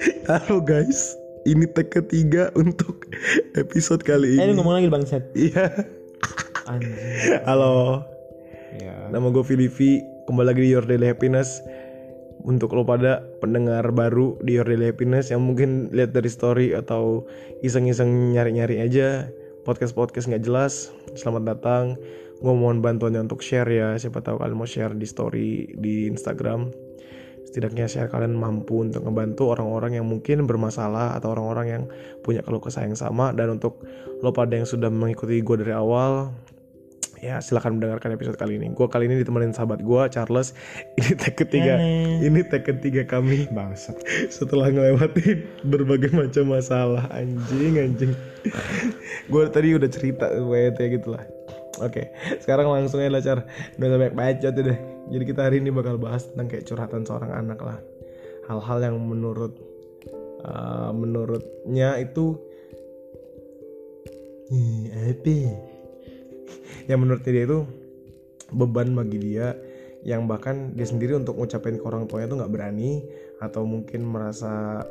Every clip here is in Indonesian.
Halo guys, ini tag ketiga untuk episode kali ini. Lu ngomong lagi bangsat. Iya. Anjing. Halo, Ya. nama gue Filipi. Kembali lagi di Your Daily Happiness. Untuk lo pada pendengar baru di Your Daily Happiness yang mungkin lihat dari story atau iseng-iseng nyari-nyari aja podcast nggak jelas, selamat datang. Gue mohon bantuannya untuk share ya. Siapa tahu kalian mau share di story di Instagram. Setidaknya share kalian mampu untuk ngebantu orang-orang yang mungkin bermasalah atau orang-orang yang punya keluh kesah yang sama. Dan untuk lo pada yang sudah mengikuti gue dari awal, ya silakan mendengarkan episode kali ini. Gue kali ini ditemenin sahabat gue, Charles. Ini tag ketiga. Ini tag ketiga kami Bangsat. setelah ngelewatin berbagai macam masalah. Anjing. Gue tadi udah cerita kayak gitu lah. Oke, sekarang langsung aja lah, Char. Udah banyak bacot deh. Jadi kita hari ini bakal bahas tentang kayak curhatan seorang anak lah. Hal-hal yang menurutnya itu apa? Yang menurutnya dia itu beban bagi dia, yang bahkan dia sendiri untuk ngucapin ke orang tuanya tuh nggak berani, atau mungkin merasa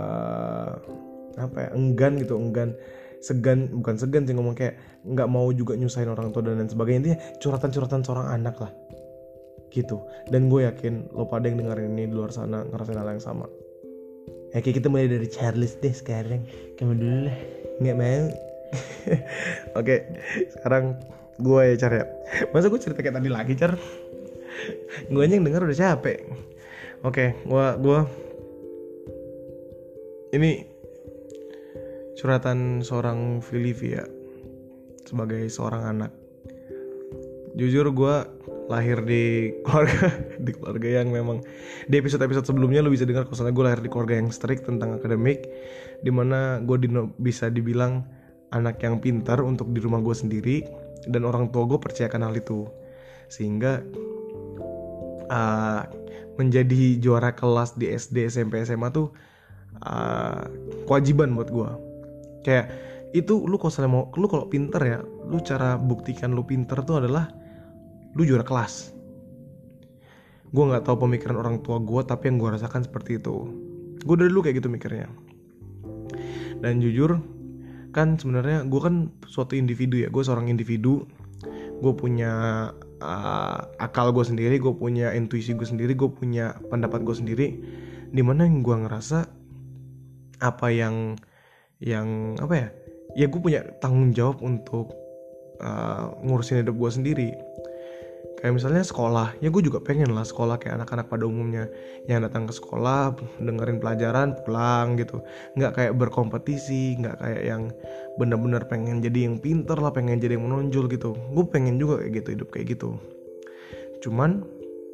segan sih ngomong, kayak nggak mau juga nyusahin orang tua dan lain sebagainya. Intinya curhatan seorang anak lah gitu. Dan gue yakin lo pada yang dengerin ini di luar sana ngerasain hal yang sama. Kayak kita mulai dari Charles deh sekarang. Kamu dulu lah. Nggak mau. Oke, sekarang gue ya, Car ya. Masa gue cerita kayak tadi lagi, Car? Gue aja yang denger udah capek. Oke, gue ini curhatan seorang Filipia sebagai seorang anak. Jujur gue lahir di keluarga yang memang di episode sebelumnya lo bisa dengar kalau gue lahir di keluarga yang strict tentang akademik, dimana gue bisa dibilang anak yang pintar untuk di rumah gue sendiri, dan orang tua gue percayakan hal itu, sehingga menjadi juara kelas di SD, SMP, SMA tuh kewajiban buat gue. Kayak itu lu kalau pinter ya, lu cara buktikan lu pinter tuh adalah lu juara kelas. Gue nggak tahu pemikiran orang tua gue, tapi yang gue rasakan seperti itu. Gue dari dulu kayak gitu mikirnya. Dan jujur kan sebenarnya gue kan suatu individu ya, gue seorang individu. Gue punya akal gue sendiri, gue punya intuisi gue sendiri, gue punya pendapat gue sendiri. Dimana yang gue ngerasa apa yang apa ya? Ya gue punya tanggung jawab untuk ngurusin hidup gue sendiri. Kayak misalnya sekolah, ya gue juga pengen lah sekolah kayak anak-anak pada umumnya, yang datang ke sekolah, dengerin pelajaran, pulang gitu. Nggak kayak berkompetisi, nggak kayak yang benar-benar pengen jadi yang pinter lah, pengen jadi yang menonjol gitu. Gue pengen juga kayak gitu, hidup kayak gitu. Cuman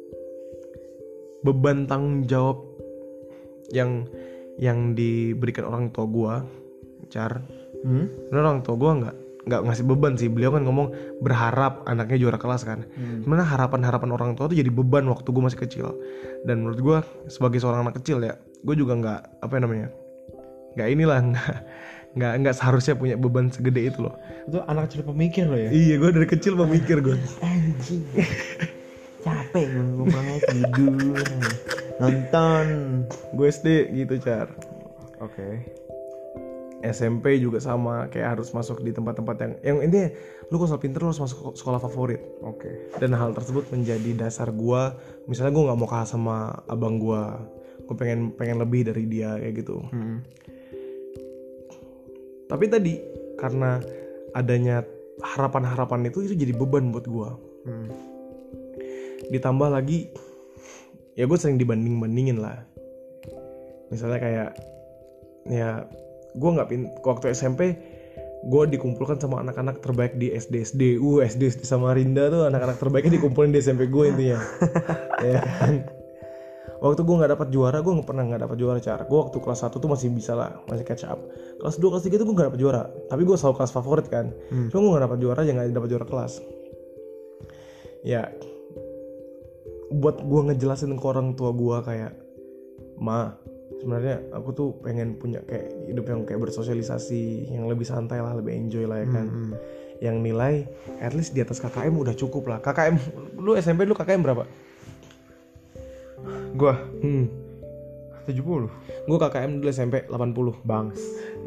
beban tanggung jawab yang diberikan orang tua gue, Car, orang tua gue nggak ngasih beban sih. Beliau kan ngomong berharap anaknya juara kelas kan. Sebenarnya harapan orang tua tuh jadi beban waktu gue masih kecil. Dan menurut gue sebagai seorang anak kecil ya, gue juga nggak seharusnya punya beban segede itu loh. Itu anak kecil pemikir lo ya. Iya, gue dari kecil pemikir gue. Anjing. Capek gue ngomongnya, tidur nonton. Gue SD gitu, Car. Oke. SMP juga sama, kayak harus masuk di tempat-tempat yang intinya lu kalau pinter lu harus masuk sekolah favorit. Oke. Dan hal tersebut menjadi dasar gue. Misalnya gue nggak mau kalah sama abang gue pengen lebih dari dia kayak gitu. Tapi tadi karena adanya harapan itu jadi beban buat gue. Ditambah lagi ya gue sering dibandingin lah. Misalnya kayak ya gue waktu SMP gue dikumpulkan sama anak-anak terbaik di SD Samarinda tuh, anak-anak terbaiknya dikumpulin di SMP gue intinya. Ya kan? Waktu gue nggak dapat juara, gue nggak dapat juara, Car. Gue waktu kelas 1 tuh masih bisa lah, masih catch up. Kelas 2, kelas 3 tuh gue nggak dapat juara, tapi gue selalu kelas favorit kan. Cuma gue nggak dapat juara, nggak dapat juara kelas. Ya buat gue ngejelasin ke orang tua gue kayak, ma, sebenarnya aku tuh pengen punya kayak hidup yang kayak bersosialisasi, yang lebih santai lah, lebih enjoy lah ya kan. Yang nilai at least di atas KKM udah cukup lah. KKM, lu SMP lu KKM berapa? Gua 70. Gue KKM dulu SMP 80. Bangs.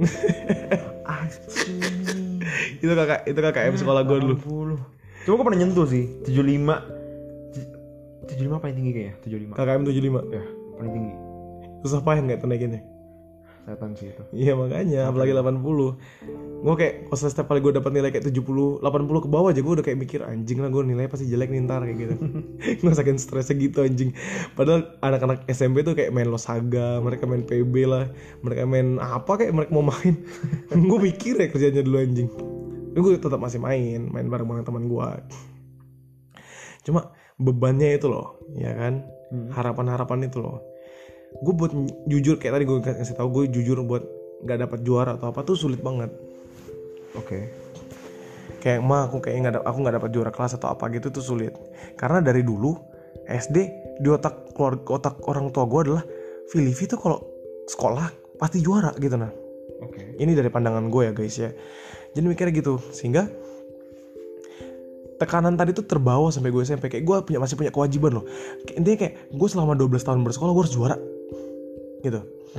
Anjing. Itu KKM sekolah gue dulu. 80. Cuma gue pernah nyentuh sih 75. 75 paling tinggi kayaknya 75. KKM 75. Ya paling tinggi. Susah payah nggak tuh naikinnya? Setan sih itu. Iya makanya, apalagi 80. Gue kayak kalau setiap kali gue dapat nilai kayak 70, 80 ke bawah aja gue udah kayak mikir anjing lah gue nilai pasti jelek nih ntar kayak gitu. Gue saking stresnya gitu anjing. Padahal anak-anak SMP tuh kayak main Losaga, mereka main PB lah, mereka main apa kayak mereka mau main. Gue mikir ya kerjanya dulu anjing. Tapi gue tetap masih main bareng-bareng teman gue. Cuma bebannya itu loh, ya kan? Harapan-harapan itu loh. Gue buat jujur kayak tadi gue kasih tahu, gue jujur buat nggak dapat juara atau apa tuh sulit banget. Oke. Kayak aku kayak nggak dapat juara kelas atau apa gitu tuh sulit. Karena dari dulu SD di otak orang tua gue adalah Filivi tuh kalau sekolah pasti juara gitu nah. Oke. Ini dari pandangan gue ya guys ya. Jadi mikirnya gitu sehingga tekanan tadi tuh terbawa sampai gue SMP kayak gue masih punya kewajiban loh. Intinya kayak gue selama 12 tahun bersekolah gue harus juara gitu.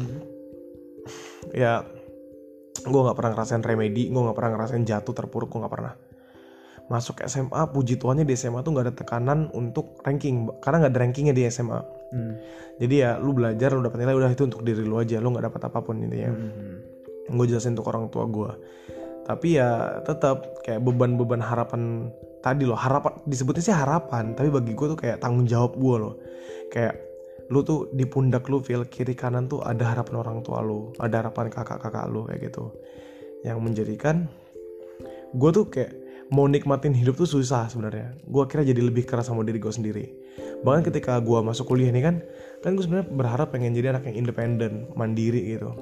Ya gue nggak pernah ngerasain remedi, gue nggak pernah ngerasain jatuh terpuruk, gue nggak pernah. Masuk SMA, puji Tuhannya di SMA tuh nggak ada tekanan untuk ranking karena nggak ada rankingnya di SMA. Jadi ya lu belajar, lu dapat nilai udah itu untuk diri lu aja, lu nggak dapat apapun intinya. Gue jelasin untuk orang tua gue. Tapi ya tetap kayak beban-beban harapan tadi loh, harapan disebutnya sih harapan, tapi bagi gue tuh kayak tanggung jawab gue loh. Kayak lu tuh di pundak lu feel kiri kanan tuh ada harapan orang tua lu, ada harapan kakak-kakak lu kayak gitu. Yang menjadikan gue tuh kayak mau nikmatin hidup tuh susah sebenarnya. Gue akhirnya jadi lebih keras sama diri gue sendiri. Bahkan ketika gue masuk kuliah nih kan gue sebenarnya berharap pengen jadi anak yang independen, mandiri gitu.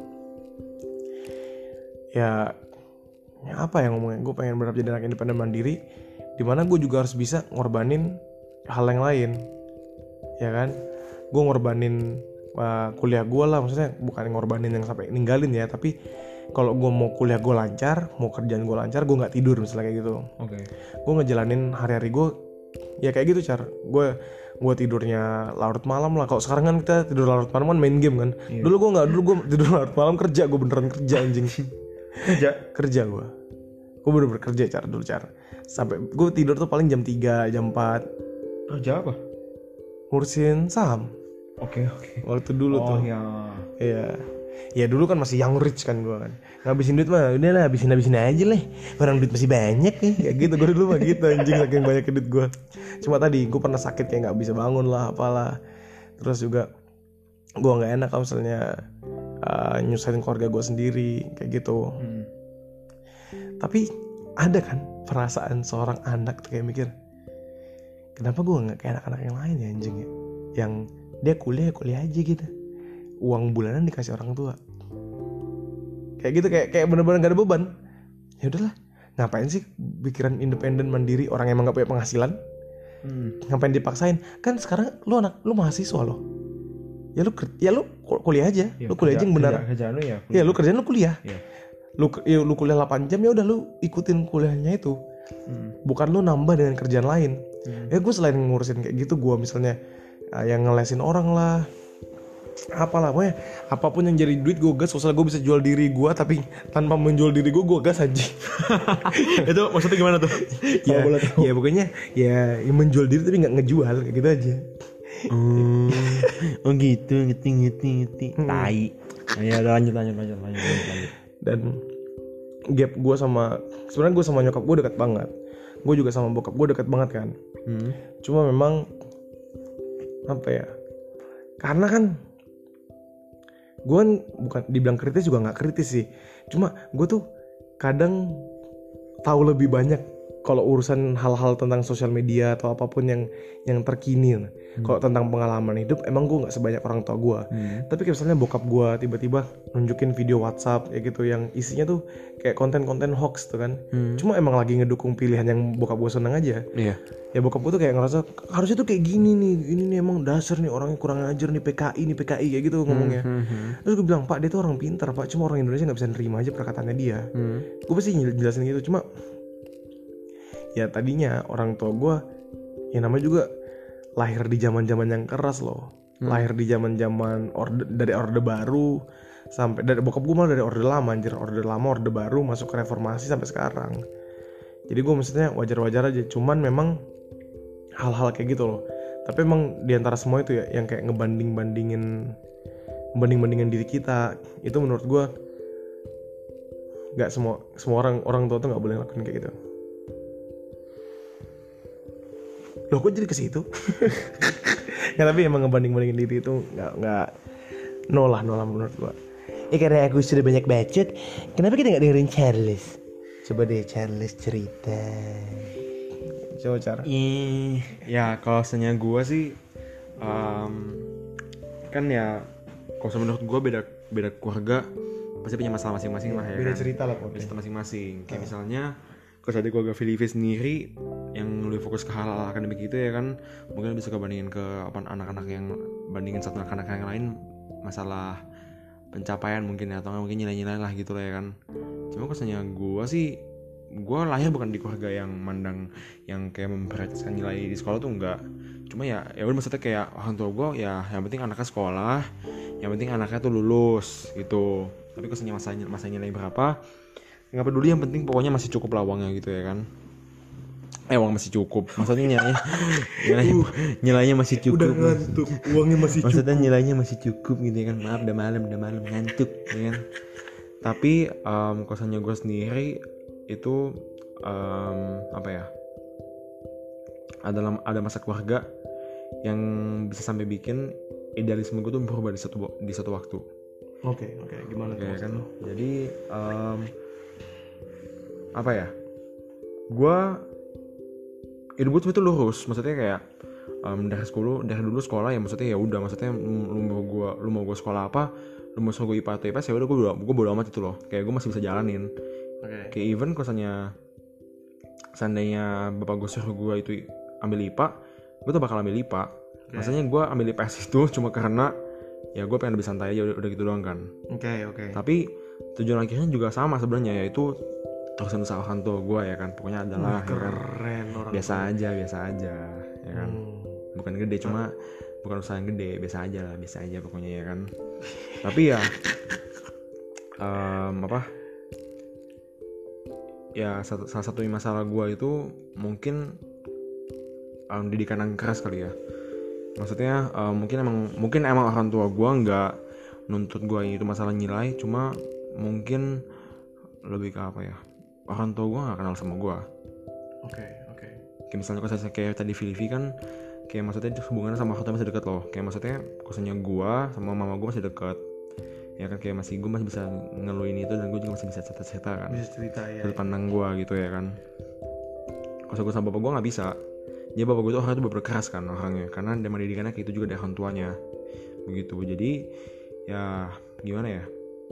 Ya apa ya ngomongnya, gue pengen berharap jadi anak independen mandiri, dimana gue juga harus bisa ngorbanin hal yang lain, ya kan? Gue ngorbanin kuliah gue lah, maksudnya bukan ngorbanin yang sampai ninggalin ya, tapi kalau gue mau kuliah gue lancar, mau kerjaan gue lancar, gue nggak tidur misalnya kayak gitu. Gue ngejalanin hari-hari gue ya kayak gitu gue tidurnya larut malam lah. Kalau sekarang kan kita tidur larut malam kan main game kan. Dulu gue nggak, dulu gue tidur larut malam kerja, gue beneran kerja anjing. kerja gue bener-bener kerja dulu sampai gue tidur tuh paling jam 3, jam 4. Kerja apa? Ngurusin saham. Oke. Waktu dulu tuh. Iya. Ya dulu kan masih young rich kan gue kan. Ngabisin duit mah udah lah, habisin aja lah. Orang duit masih banyak nih. Kayak gitu gue dulu mah gitu anjing, saking banyak duit gue. Cuma tadi gue pernah sakit kayak nggak bisa bangun lah apalah. Terus juga gue nggak enak kalau misalnya nyusahin keluarga gue sendiri kayak gitu. Tapi ada kan perasaan seorang anak tuh kayak mikir, kenapa gue nggak kayak anak-anak yang lain ya anjing ya, yang dia kuliah aja gitu, uang bulanan dikasih orang tua, kayak gitu, kayak bener-bener gak ada beban. Ya udahlah, ngapain sih pikiran independen mandiri orang yang emang gak punya penghasilan? Ngapain dipaksain? Kan sekarang lu mahasiswa loh. Ya lu kuliah aja, lu kuliah aja yang benar. Ya lu kerjaan lu kuliah. Lu kuliah 8 jam ya udah lu ikutin kuliahnya itu. Bukan lu nambah dengan kerjaan lain. Ya gue selain ngurusin kayak gitu, gue misalnya yang ngelesin orang lah, apalah, pokoknya apapun yang jadi duit gue gas. Soalnya gue bisa jual diri gue, tapi tanpa menjual diri gue gas aja. Itu maksudnya gimana tuh? Ya pokoknya ya menjual diri tapi nggak ngejual kayak gitu aja. Oh gitu, ngerti. Tai. Ya lanjut. Dan gap gue sebenarnya gue sama nyokap gue dekat banget. Gue juga sama bokap gue dekat banget kan. Cuma memang apa ya? Karena kan gue bukan dibilang kritis juga nggak kritis sih. Cuma gue tuh kadang tahu lebih banyak kalau urusan hal-hal tentang sosial media atau apapun yang terkini. Kalau tentang pengalaman hidup emang gue nggak sebanyak orang tua gue. Tapi kayak misalnya bokap gue tiba-tiba nunjukin video WhatsApp kayak gitu yang isinya tuh kayak konten-konten hoax tuh kan. Cuma emang lagi ngedukung pilihan yang bokap gue seneng aja. Iya. Ya bokap gue tuh kayak ngerasa harusnya tuh kayak gini nih, ini nih emang dasar nih orangnya kurang ajar nih, PKI kayak gitu ngomongnya. Terus gue bilang, Pak dia tuh orang pintar Pak, cuma orang Indonesia nggak bisa nerima aja perkataannya dia. Gue pasti jelasin gitu, cuma ya tadinya orang tua gue ya namanya juga lahir di zaman-zaman yang keras loh. lahir di zaman-zaman dari orde baru sampai dari bokap gue malah dari orde lama anjir, orde lama, orde baru masuk ke reformasi sampai sekarang. Jadi gue maksudnya wajar-wajar aja, cuman memang hal-hal kayak gitu loh. Tapi emang diantara semua itu ya yang kayak ngebanding-bandingin diri kita, itu menurut gue nggak semua orang tua tuh nggak boleh ngelakuin kayak gitu. Loh kok jadi ke situ? Ya tapi emang ngebanding-bandingin diri itu nggak no lah menurut gua. Karena aku sudah banyak bacot, kenapa kita nggak dengerin Charles? Coba deh Charles cerita. Coba cara. Ya kalau misalnya gue sih kan ya kalau menurut gue beda keluarga pasti punya masalah masing-masing lah ya. Beda kan? cerita lah kok. Beda cerita masing-masing. Kayak misalnya kalau tadi keluarga Filipi sendiri yang lebih fokus ke hal akademik gitu ya kan, mungkin bisa kebandingin ke anak-anak yang bandingin satu anak-anak yang lain masalah pencapaian mungkin ya, atau mungkin nilai-nilai lah gitu lah ya kan. Cuma kesannya gue sih, gue lahir bukan di keluarga yang mandang yang kayak memperhatikan nilai di sekolah tuh enggak. Cuma ya udah maksudnya kayak orang tua gue ya yang penting anaknya sekolah, yang penting anaknya tuh lulus gitu. Tapi kesannya masa nilai berapa nggak peduli, yang penting pokoknya masih cukup lah uangnya gitu ya kan. Uang masih cukup, maksudnya nilainya masih cukup. Udah ngantuk, uangnya masih cukup. Maksudnya nilainya masih cukup gitu ya kan. Maaf udah malam ngantuk ya kan. Tapi kosannya gue sendiri itu apa ya, ada masa keluarga yang bisa sampai bikin idealisme gue tuh berubah di satu waktu. Oke, gimana tuh kan? Jadi apa ya? Hidup gue tuh lurus, maksudnya kayak dari dulu sekolah ya, maksudnya ya udah, maksudnya lu mau gue sekolah apa, lu mau suruh gue IPA atau IPS ya udah gue bodo amat itu loh, kayak gue masih bisa jalanin. Kayak even kosannya seandainya bapak gue suruh gue itu ambil IPA, gue tuh bakal ambil IPA. Maksudnya gue ambil IPS itu cuma karena ya gue pengen lebih santai aja, udah gitu doang kan. Tapi tujuan akhirnya juga sama sebenarnya, yaitu terusin usaha orang tua gue ya kan. Pokoknya adalah keren, ya kan? biasa aja ya kan. Bukan gede, cuma bukan usaha yang gede, biasa aja pokoknya ya kan. Tapi ya ya salah satu masalah gue itu mungkin didikan yang keras kali ya. Maksudnya mungkin emang orang tua gue nggak nuntut gue itu masalah nilai, cuma mungkin lebih ke apa ya, orang tua gue nggak kenal sama gue. Kayak misalnya kalau saya kayak tadi Filipi kan, kayak maksudnya hubungannya sama orang tua masih dekat loh. Kayak maksudnya kosannya gue sama mama gue masih dekat ya kan, kayak gue masih bisa ngeluhin itu, dan gue juga masih bisa cerita kan, bisa cerita ya, sudut pandang gue gitu ya kan. Kalau gue sama bapak gue nggak bisa. Jadi bapak gue tuh orangnya tuh berkeras kan orangnya, karena dia mendidikannya kayak itu juga dari orang tuanya begitu. Jadi ya gimana ya,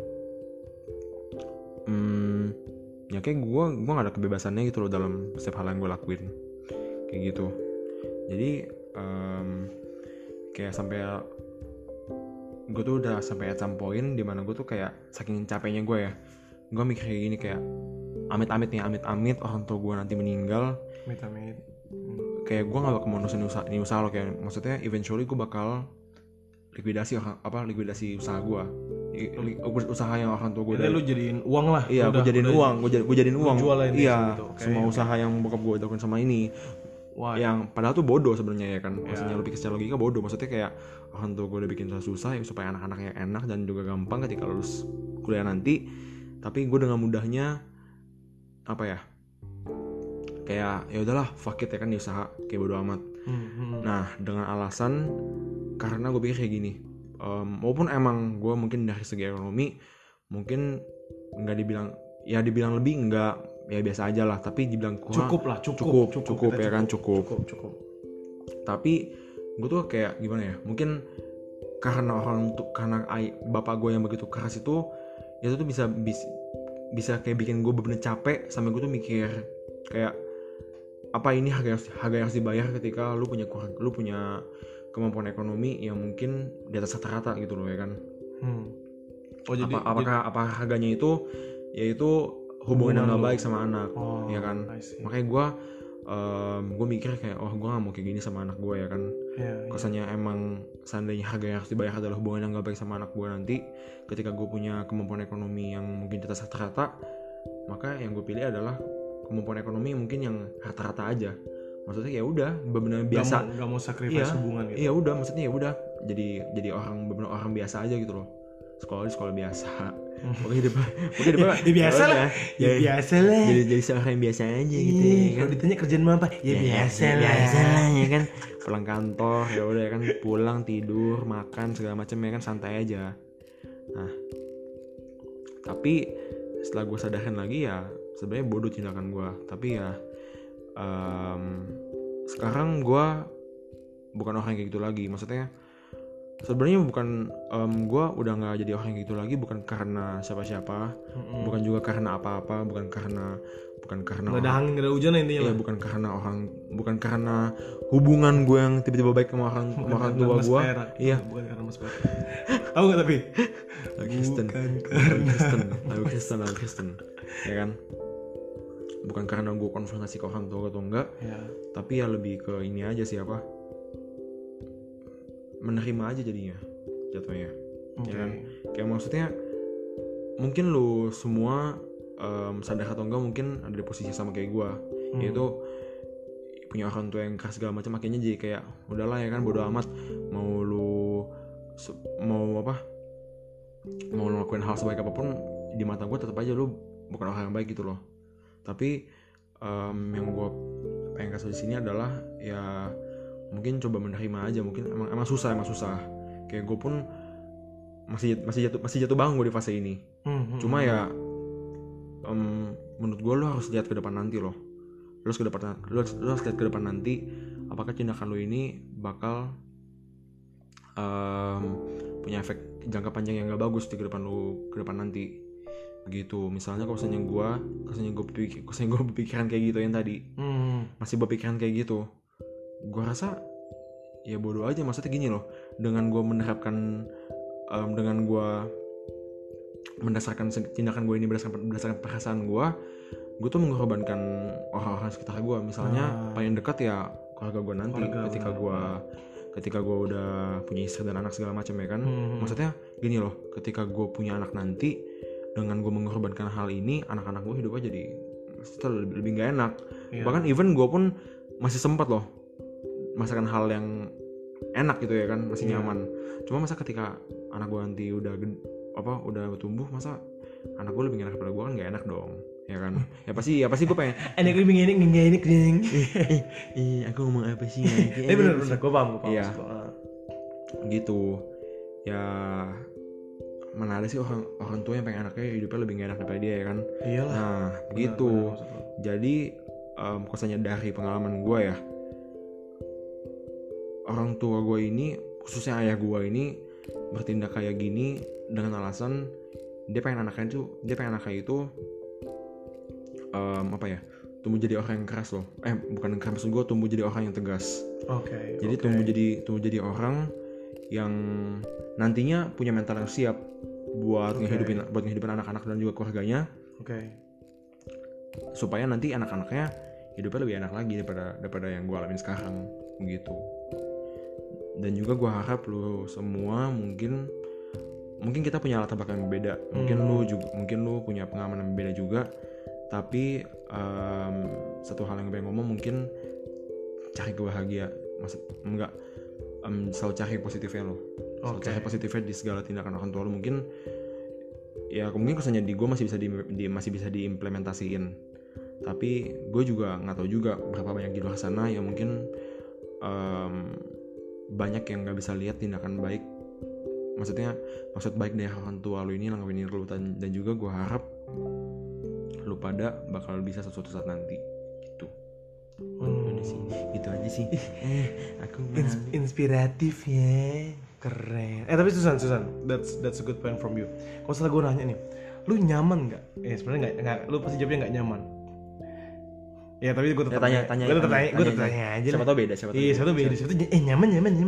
ya kayak gue nggak ada kebebasannya gitu loh dalam setiap hal yang gue lakuin kayak gitu. Jadi kayak sampai gue tuh udah sampai at some point dimana gue tuh kayak saking capeknya gue ya, gue mikir kayak gini, kayak amit-amit orang tua gue nanti meninggal, kayak gue nggak bakal menerusin usaha lo, kayak maksudnya eventually gue bakal likuidasi usaha gue, usaha yang orang tua gue. Jadi lu jadiin uang lah. Iya, gue jadiin uang. Iya, semua okay. Usaha yang bokap gue lakukan sama ini. Wah, yang padahal tuh bodoh sebenarnya ya kan. Maksudnya lu pikir secara logika bodoh. Maksudnya kayak orang tua gue udah bikin susah ya, supaya anak-anaknya enak dan juga gampang ketika lulus kuliah nanti. Tapi gue dengan mudahnya apa ya, kayak ya udahlah fuck it ya kan, di usaha kayak bodo amat. Nah dengan alasan karena gue pikir kayak gini, walaupun emang gue mungkin dari segi ekonomi mungkin nggak dibilang lebih, nggak, ya biasa aja lah, tapi dibilang kurang, cukup ya kan, cukup. Tapi gue tuh kayak gimana ya, mungkin karena bapak gue yang begitu keras itu tuh bisa kayak bikin gue bener-bener capek, sampai gue tuh mikir kayak apa ini harga yang harus dibayar ketika lu punya kemampuan ekonomi yang mungkin di atas rata-rata gitu loh ya kan. Apakah harganya itu yaitu hubungan yang gak baik sama anak ya kan. Makanya gue gue mikir kayak gue gak mau kayak gini sama anak gue ya kan. Kesannya emang seandainya harga yang harus dibayar adalah hubungan yang gak baik sama anak gue nanti, ketika gue punya kemampuan ekonomi yang mungkin di atas rata-rata, maka yang gue pilih adalah kemampuan ekonomi mungkin yang rata-rata aja. Maksudnya ya udah benar-benar biasa, gak mau sacrifice hubungan gitu. Iya udah, maksudnya ya udah jadi orang benar orang biasa aja gitu loh. Sekolah di sekolah biasa. Pokoknya biasa lah. Ya biasa lah. Jadi seorang yang biasa aja gitu ya kan. Kalau ditanya kerjaan apa? Ya biasa lah ya kan. Pulang kantor ya udah ya kan, pulang tidur, makan segala macam ya kan, santai aja. Nah, tapi setelah gue sadarin lagi ya sebenarnya bodoh tindakan gue. Tapi ya sekarang gue bukan orang kayak gitu lagi. Maksudnya sebenarnya bukan gue udah nggak jadi orang yang gitu lagi, bukan karena siapa-siapa, bukan juga karena apa-apa, bukan karena nggak ada angin nggak ada hujan intinya. Iya, bukan karena hubungan gue yang tiba-tiba baik sama orang tua gue. Iya, bukan karena mas perak. Tahu nggak tapi Kristen ya kan, bukan karena gue konfrontasi ke orang tua atau enggak ya. Tapi ya lebih ke ini aja sih, apa, menerima aja jadinya jatuhnya. Ya kan, kayak maksudnya mungkin lu semua sadar atau enggak mungkin ada di posisi sama kayak gue, yaitu punya orang tua yang keras segala macam, akhirnya jadi kayak udahlah ya kan, bodo amat mau lu ngelakuin hal sebaik apapun, di mata gue tetap aja lu bukan orang yang baik gitu loh. Tapi yang gue pengen kasih di sini adalah ya mungkin coba menerima aja. Mungkin emang susah. Kayak gue pun masih jatuh bangun gue di fase ini. Cuma ya menurut gue lo harus lihat ke depan nanti loh. Lo harus lihat ke depan nanti, apakah tindakan lo ini bakal punya efek jangka panjang yang gak bagus di ke depan nanti. Begitu. Misalnya kalau misalnya gue berpikiran kayak gitu yang tadi, masih berpikiran kayak gitu, gue rasa ya bodoh aja. Maksudnya gini loh, dengan gue menerapkan dengan gue mendasarkan tindakan gue ini berdasarkan perasaan gue tuh mengorbankan orang-orang sekitar gue. Misalnya paling dekat ya keluarga gue nanti, ketika gue udah punya istri dan anak segala macam ya kan. Maksudnya gini loh, ketika gue punya anak nanti, dengan gue mengorbankan hal ini, anak-anak gue hidupnya jadi lebih gak enak. Bahkan even gue pun masih sempat loh merasakan hal yang enak gitu ya kan, masih nyaman. Cuma masa ketika anak gue nanti udah tumbuh, masa anak gue lebih enak daripada gue, kan gak enak dong ya kan. Ya pasti gue pengen enak lebih enak aku ngomong apa sih ya. Bener gue paham iya. Gitu ya, mana ada sih orang tua yang pengen anaknya hidupnya lebih gak enak daripada dia ya kan. Iyalah. Nah begitu. Jadi kosannya dari pengalaman gue ya, orang tua gue ini, khususnya ayah gue ini, bertindak kayak gini dengan alasan dia pengen anaknya itu tumbuh jadi orang yang keras loh. Bukan keras, maksud gue tumbuh jadi orang yang tegas. Jadi tumbuh jadi orang yang nantinya punya mental yang siap buat ngehidupin anak-anak dan juga keluarganya. Supaya nanti anak-anaknya hidupnya lebih enak lagi daripada yang gue alamin sekarang begitu. Dan juga gue harap lu semua mungkin kita punya latar belakang yang beda. Mungkin lu punya pengalaman yang beda juga. Tapi satu hal yang pengen ngomong, mungkin cari kebahagiaan. Selalu cari positifnya lo. Selalu cari positifnya di segala tindakan orang tua lo. Mungkin kesannya di gue masih bisa diimplementasiin. Tapi gue juga nggak tahu juga berapa banyak di luar sana yang mungkin banyak yang nggak bisa lihat tindakan baik. Maksud baik dari orang tua lo ini ngelakuin lo, dan juga gue harap lo pada bakal bisa suatu saat nanti gitu. Itu aja sih. Aku inspiratif ya, keren. Tapi Susan, that's a good point from you. Kalau setelah gue nanya nih, lu nyaman nggak? Sebenarnya nggak, lu pasti jawabnya nggak nyaman. Ya tapi gue tetap tanya aja. Siapa tahu beda. Nyaman.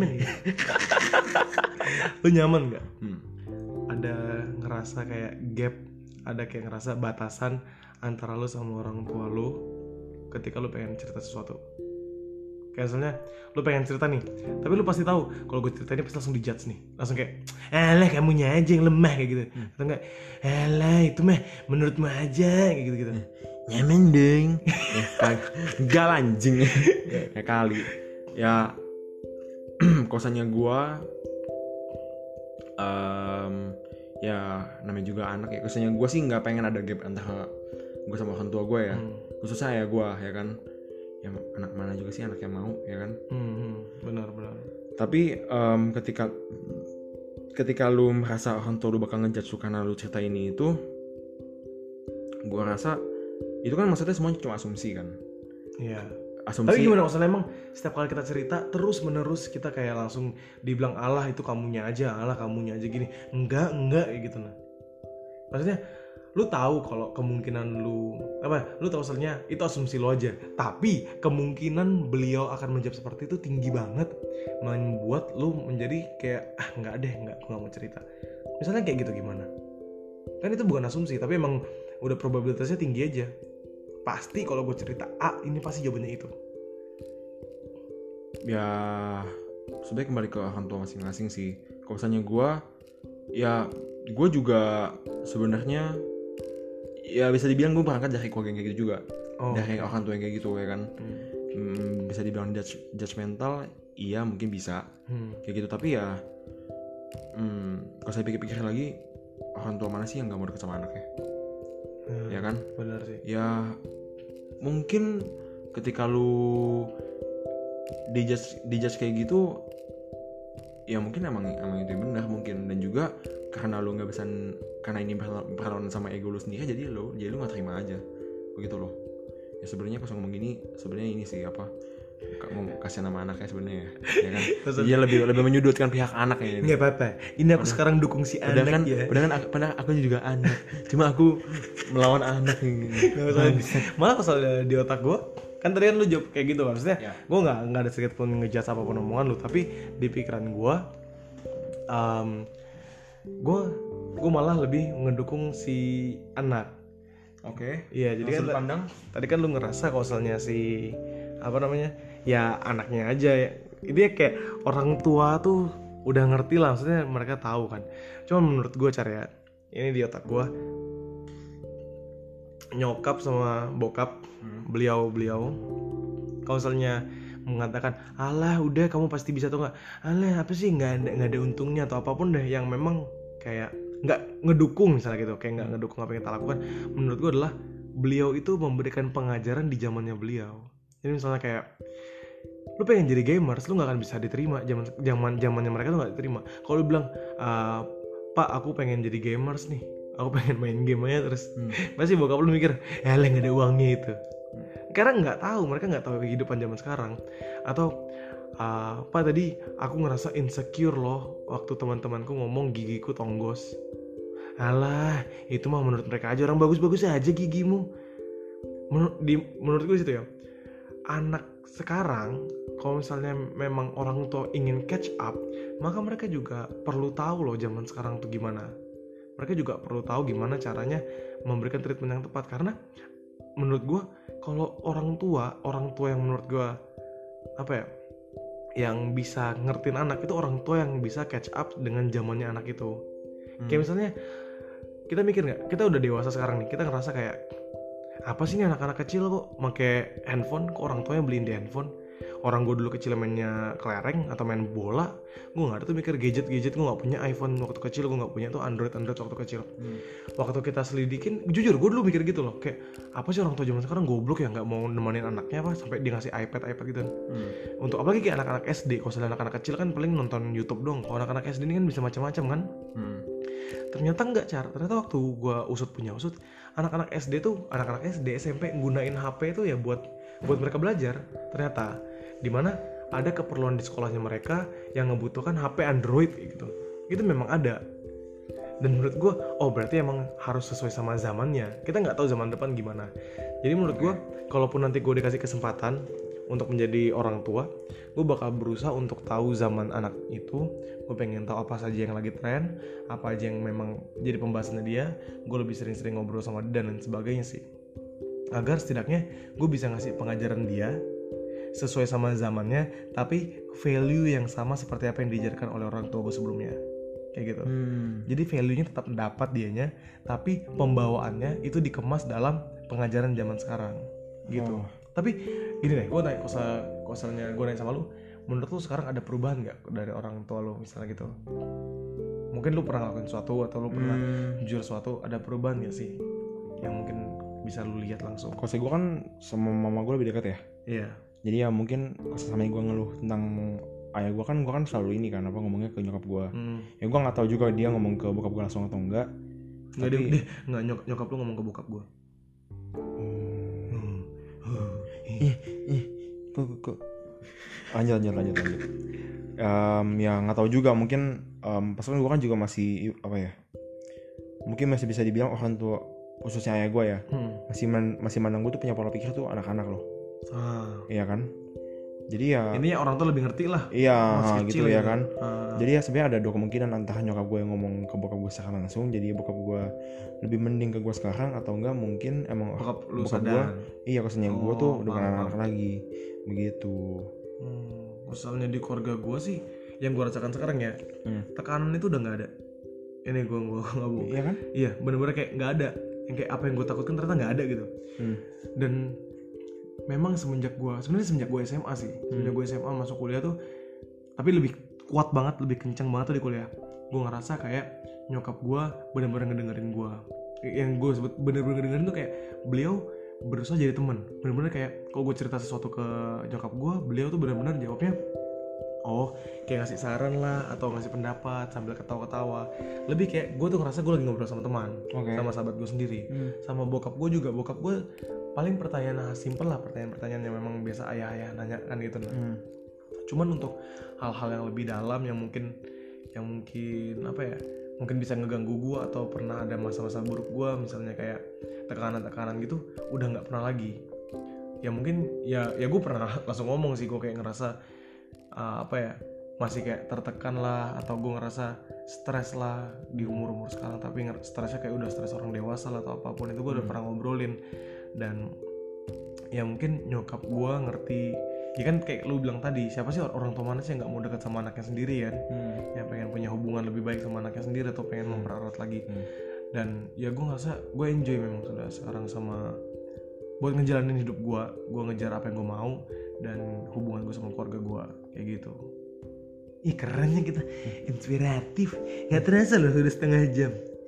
Lu nyaman nggak? Ada ngerasa kayak gap, ada kayak ngerasa batasan antara lu sama orang tua lu ketika lu pengen cerita sesuatu. Kayak misalnya lu pengen cerita nih, tapi lu pasti tahu kalau gue cerita ini pasti langsung dijudge nih, langsung kayak alah kamunya aja yang lemah kayak gitu, atau enggak alah itu mah menurutmu aja kayak gitu gitu. Nyaman deng. Enggak anjing. Ya kali. Ya kosannya gua ya namanya juga anak ya. Kosannya gua sih nggak pengen ada gap antara gua sama orang tua gua ya. Khususnya ya gua ya kan. Ya anak mana juga sih anak yang mau ya kan. Benar. Tapi ketika lu merasa orang tua lu bakal ngejudge lu karena lu cerita ini itu, gua rasa itu kan maksudnya semuanya cuma asumsi kan. Iya. Asumsi. Tapi gimana maksudnya emang setiap kali kita cerita terus menerus kita kayak langsung dibilang Allah itu kamunya aja gini. Enggak kayak gitu nah. Maksudnya lu tahu kalau kemungkinan lu tahu asalnya itu asumsi lu aja. Tapi kemungkinan beliau akan menjawab seperti itu tinggi banget, membuat lu menjadi kayak enggak, gua enggak mau cerita. Misalnya kayak gitu gimana? Kan itu bukan asumsi, tapi emang udah probabilitasnya tinggi aja. Pasti kalau gue cerita A, ini pasti jawabannya itu. Ya sebenarnya kembali ke orang tua masing-masing sih. Kalau misalnya gue juga sebenarnya ya bisa dibilang gue berangkat dari keluarga yang kayak gitu juga. Dari orang tua yang kayak gitu ya kan. Bisa dibilang judgmental, iya mungkin bisa kayak gitu. Tapi ya kalau saya pikir-pikir lagi, orang tua mana sih yang gak mau deket sama anaknya? Ya kan? Benar sih. Ya mungkin ketika lu dijudge kayak gitu, ya mungkin emang itu yang benar mungkin. Dan juga karena lu nggak bisa, karena ini berlawanan sama ego lu sendiri, jadi lu nggak terima aja begitu loh. Ya sebenarnya pas ngomong gini, sebenarnya ini sih mau kasih nama anaknya sebenarnya ya kan. Dia lebih menyudutkan pihak anak ya. Nggak apa-apa. Ini aku sekarang dukung si anak kan, ya. Padahal aku juga anak. Cuma aku melawan anak ini. Malah kalau di otak gue, kan tadi kan lu jawab kayak gitu maksudnya. Gue nggak ada sedikit pun ngejudge apapun omongan lu, tapi di pikiran gue, gue malah lebih ngedukung si anak. Oke. Iya, jadi kan pandang. Tadi kan lu ngerasa kalau misalnya si ya anaknya aja ya. Ini kayak orang tua tuh udah ngerti lah, maksudnya mereka tahu kan. Cuma menurut gue cara ya, ini di otak gue, nyokap sama bokap beliau kalau misalnya mengatakan alah udah kamu pasti bisa tuh nggak, alah apa sih nggak ada untungnya atau apapun deh yang memang kayak nggak ngedukung misalnya gitu, kayak nggak ngedukung apa yang kita lakukan, menurut gue adalah beliau itu memberikan pengajaran di zamannya beliau. Jadi misalnya kayak lu pengen jadi gamers, lu nggak akan bisa diterima zamannya mereka tuh nggak diterima. Kalau lu bilang Pak aku pengen jadi gamers nih, aku pengen main game aja terus, pasti bokap lu mikir lah nggak ada uangnya itu. Karena mereka nggak tahu kehidupan zaman sekarang. Atau Pak tadi aku ngerasa insecure loh waktu teman-temanku ngomong gigiku tonggos. Alah itu mah menurut mereka aja, orang bagus-bagus aja gigimu. Menurut gue situ ya, anak sekarang kalau misalnya memang orang tua ingin catch up, maka mereka juga perlu tahu loh zaman sekarang tuh gimana. Mereka juga perlu tahu gimana caranya memberikan treatment yang tepat. Karena menurut gue kalau orang tua yang menurut gue yang bisa ngertiin anak itu orang tua yang bisa catch up dengan zamannya anak itu. Kayak misalnya kita mikir nggak, kita udah dewasa sekarang nih, kita ngerasa kayak apa sih nih anak-anak kecil kok pakai handphone, kok orang tuanya beliin di handphone. Orang gue dulu kecil mainnya kelereng atau main bola, gue nggak ada tuh mikir gadget, gue nggak punya iPhone waktu kecil, gue nggak punya tuh Android waktu kecil. Waktu kita selidikin, jujur gue dulu mikir gitu loh, kayak apa sih orang tua zaman sekarang goblok ya nggak mau nemenin anaknya apa sampai dia ngasih iPad gitu. Untuk apalagi kayak anak-anak SD, kalau misalnya anak-anak kecil kan paling nonton YouTube dong, kalau anak-anak SD ini kan bisa macam-macam kan. Ternyata enggak, ternyata waktu gue punya usut, anak-anak SD SMP gunain HP itu ya buat mereka belajar. Ternyata dimana ada keperluan di sekolahnya mereka yang ngebutuhkan HP Android gitu. Itu memang ada. Dan menurut gue, berarti emang harus sesuai sama zamannya. Kita nggak tahu zaman depan gimana. Jadi menurut gue, kalaupun nanti gue dikasih kesempatan untuk menjadi orang tua, gue bakal berusaha untuk tahu zaman anak itu. Gue pengen tahu apa saja yang lagi tren, apa aja yang memang jadi pembahasannya dia. Gue lebih sering-sering ngobrol sama dia dan lain sebagainya sih. agar setidaknya gue bisa ngasih pengajaran dia sesuai sama zamannya, tapi value yang sama seperti apa yang diajarkan oleh orang tua gue sebelumnya, kayak gitu. Jadi value-nya tetap dapat dianya, tapi pembawaannya itu dikemas dalam pengajaran zaman sekarang, gitu. Tapi gini deh, gue nanya, kosalnya gue nanya sama lu, menurut lu sekarang ada perubahan nggak dari orang tua lu misalnya gitu? Mungkin lu pernah ngelakuin sesuatu atau lu pernah jujur sesuatu, ada perubahan nggak sih yang mungkin bisa lu lihat langsung? Kalau gue kan sama mama gue lebih dekat ya. Iya. Jadi ya mungkin kalau sama gue ngeluh tentang ayah gue kan selalu ini kan apa ngomongnya ke nyokap gue. Ya gue nggak tahu juga dia ngomong ke bokap gue langsung atau enggak. Nggak, tapi dia nggak nyokap lu ngomong ke bokap gue. Kok lanjut. Ya nggak tahu juga, mungkin pas kan gue kan juga masih apa ya, mungkin masih bisa dibilang orang tua khususnya ayah gue ya, masih mandang gue tuh punya pola pikir tuh anak-anak loh. Iya kan, jadi ya ini orang tuh lebih ngerti lah. iya gitu ya kan. Jadi ya sebenarnya ada dua kemungkinan, entah nyokap gue yang ngomong ke bokap gue secara langsung jadi bokap gue lebih mending ke gue sekarang, atau enggak mungkin emang bokap gue khususnya gue tuh udah bukan anak lagi begitu. Misalnya di keluarga gue sih yang gue rasakan sekarang ya, tekanan itu udah nggak ada. Ini gue nggak bohong. Iya kan? Iya, bener-bener kayak nggak ada. Yang kayak apa yang gue takutkan ternyata nggak ada gitu. Dan memang semenjak gue SMA sih, semenjak gue SMA masuk kuliah tuh, tapi lebih kuat banget, lebih kencang banget tuh di kuliah. Gue ngerasa kayak nyokap gue bener-bener ngedengerin gue. Yang gue sebut bener-bener ngedengerin tuh kayak beliau berusaha jadi teman. Bener-bener kayak kalau gue cerita sesuatu ke nyokap gue, beliau tuh bener-bener jawabnya kayak ngasih saran lah atau ngasih pendapat sambil ketawa-ketawa. Lebih kayak gue tuh ngerasa gue lagi ngobrol sama teman, sama sahabat gue sendiri. Sama bokap gue juga, bokap gue paling pertanyaan simpel lah, pertanyaan-pertanyaan yang memang biasa ayah-ayah nanya kan gitu lah. Cuman untuk hal-hal yang lebih dalam yang mungkin apa ya, mungkin bisa ngeganggu gue atau pernah ada masa-masa buruk gue, misalnya kayak tekanan-tekanan gitu, udah nggak pernah lagi. Ya mungkin ya gue pernah langsung ngomong sih, gue kayak ngerasa apa ya, masih kayak tertekan lah, atau gue ngerasa stres lah di umur sekarang, tapi stresnya kayak udah stres orang dewasa lah atau apapun itu, gue udah pernah ngobrolin. Dan ya mungkin nyokap gue ngerti ya kan, kayak lu bilang tadi, siapa sih orang tua mana sih yang nggak mau dekat sama anaknya sendiri kan, yang pengen punya hubungan lebih baik sama anaknya sendiri atau pengen mempererat lagi. Dan ya gue ngerasa gue enjoy memang sudah sekarang sama buat ngejalanin hidup gue ngejar apa yang gue mau dan hubungan gue sama keluarga gue kayak gitu. Ih kerennya kita, inspiratif. Gak terasa loh udah setengah jam.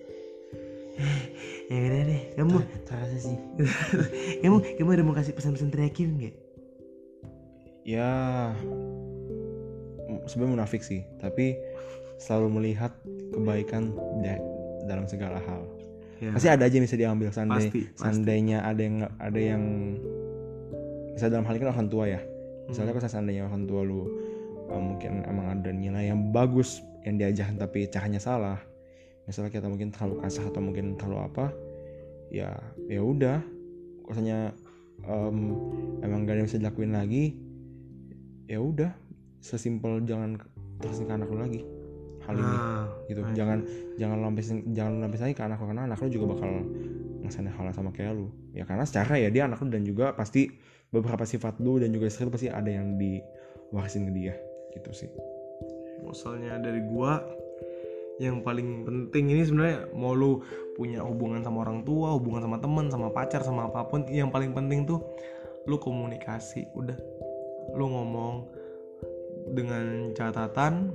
Ya udah deh, kamu terasa sih. kamu ada mau kasih pesan-pesan terakhir nggak? Ya sebenarnya munafik sih, tapi selalu melihat kebaikan dalam segala hal. Pasti ada aja yang bisa diambil. Seandainya ada yang misalnya dalam hal ini kan orang tua ya, misalnya kalau seandainya orang tua lu mungkin emang ada nilai yang bagus yang diajarkan tapi caranya salah, misalnya kita mungkin terlalu kasar atau mungkin terlalu apa, ya udah, misalnya emang gak ada yang bisa dilakuin lagi, ya udah, sesimpel jangan terusin ke anak lu lagi hal ini gitu. Jangan lampisin lagi ke anak lu, karena anak lu juga bakal ngerasain hal sama kayak lu ya, karena secara ya dia anak lu, dan juga pasti beberapa sifat lu dan juga istri lu pasti ada yang diwarisin ke dia gitu sih. Misalnya dari gua, yang paling penting ini sebenarnya, mau lu punya hubungan sama orang tua, hubungan sama teman, sama pacar, sama apapun, yang paling penting tuh lu komunikasi. Udah, lu ngomong dengan catatan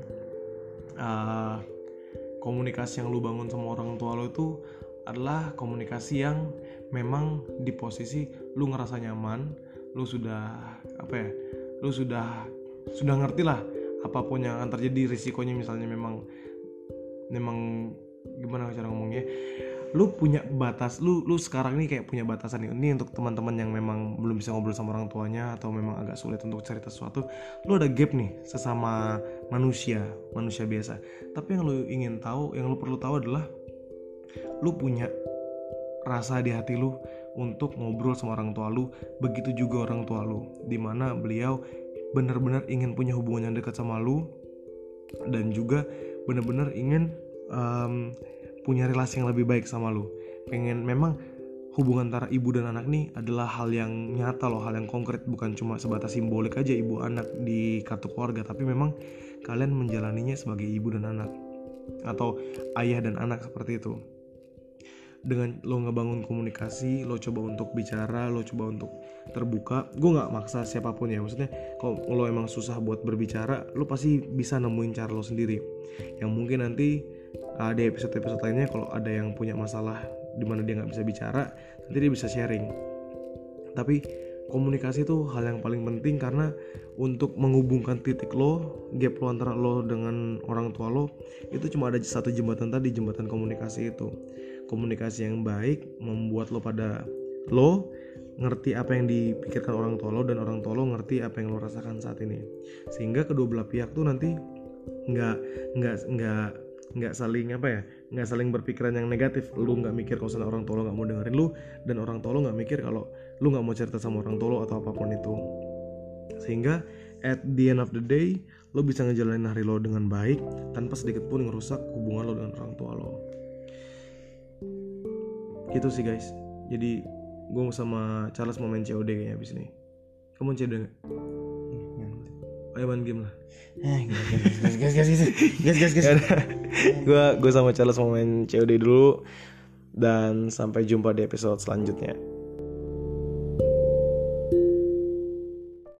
komunikasi yang lu bangun sama orang tua lu itu adalah komunikasi yang memang di posisi lu ngerasa nyaman, lu sudah apa ya, lu sudah ngerti lah apapun yang akan terjadi, risikonya misalnya memang gimana cara ngomongnya, lu punya batas, lu sekarang ini kayak punya batasan nih. Ini untuk teman-teman yang memang belum bisa ngobrol sama orang tuanya atau memang agak sulit untuk cerita sesuatu, lu ada gap nih sesama manusia biasa. Tapi yang lu ingin tahu, yang lu perlu tahu adalah lu punya rasa di hati lu untuk ngobrol sama orang tua lu, begitu juga orang tua lu, dimana beliau benar-benar ingin punya hubungan yang dekat sama lu, dan juga benar-benar ingin punya relasi yang lebih baik sama lu. Pengen memang hubungan antara ibu dan anak nih adalah hal yang nyata loh, hal yang konkret, bukan cuma sebatas simbolik aja ibu anak di kartu keluarga, tapi memang kalian menjalaninya sebagai ibu dan anak atau ayah dan anak seperti itu. Dengan lo ngebangun komunikasi, lo coba untuk bicara, lo coba untuk terbuka. Gue nggak maksa siapapun ya, maksudnya kalau lo emang susah buat berbicara, lo pasti bisa nemuin cara lo sendiri. Yang mungkin nanti di episode-episode lainnya kalau ada yang punya masalah dimana dia nggak bisa bicara, nanti dia bisa sharing. Tapi komunikasi itu hal yang paling penting, karena untuk menghubungkan titik lo, gap lo antara lo dengan orang tua lo, itu cuma ada satu jembatan tadi, jembatan komunikasi itu. Komunikasi yang baik membuat lo ngerti apa yang dipikirkan orang tua lo, dan orang tua lo ngerti apa yang lo rasakan saat ini, sehingga kedua belah pihak tuh nanti nggak saling berpikiran yang negatif. Lu nggak mikir kalau sana orang tua lo nggak mau dengerin lu, dan orang tua lo nggak mikir kalau lu nggak mau cerita sama orang tua lo atau apapun itu. Sehingga at the end of the day lo bisa ngejalanin hari lo dengan baik tanpa sedikit pun ngerusak hubungan lo dengan orang tua lo. Gitu sih guys. Jadi gue sama Charles mau main COD kayaknya abis ini. Kamu main COD nggak? Ayo main game lah. Gas. Gue sama Charles mau main COD dulu, dan sampai jumpa di episode selanjutnya.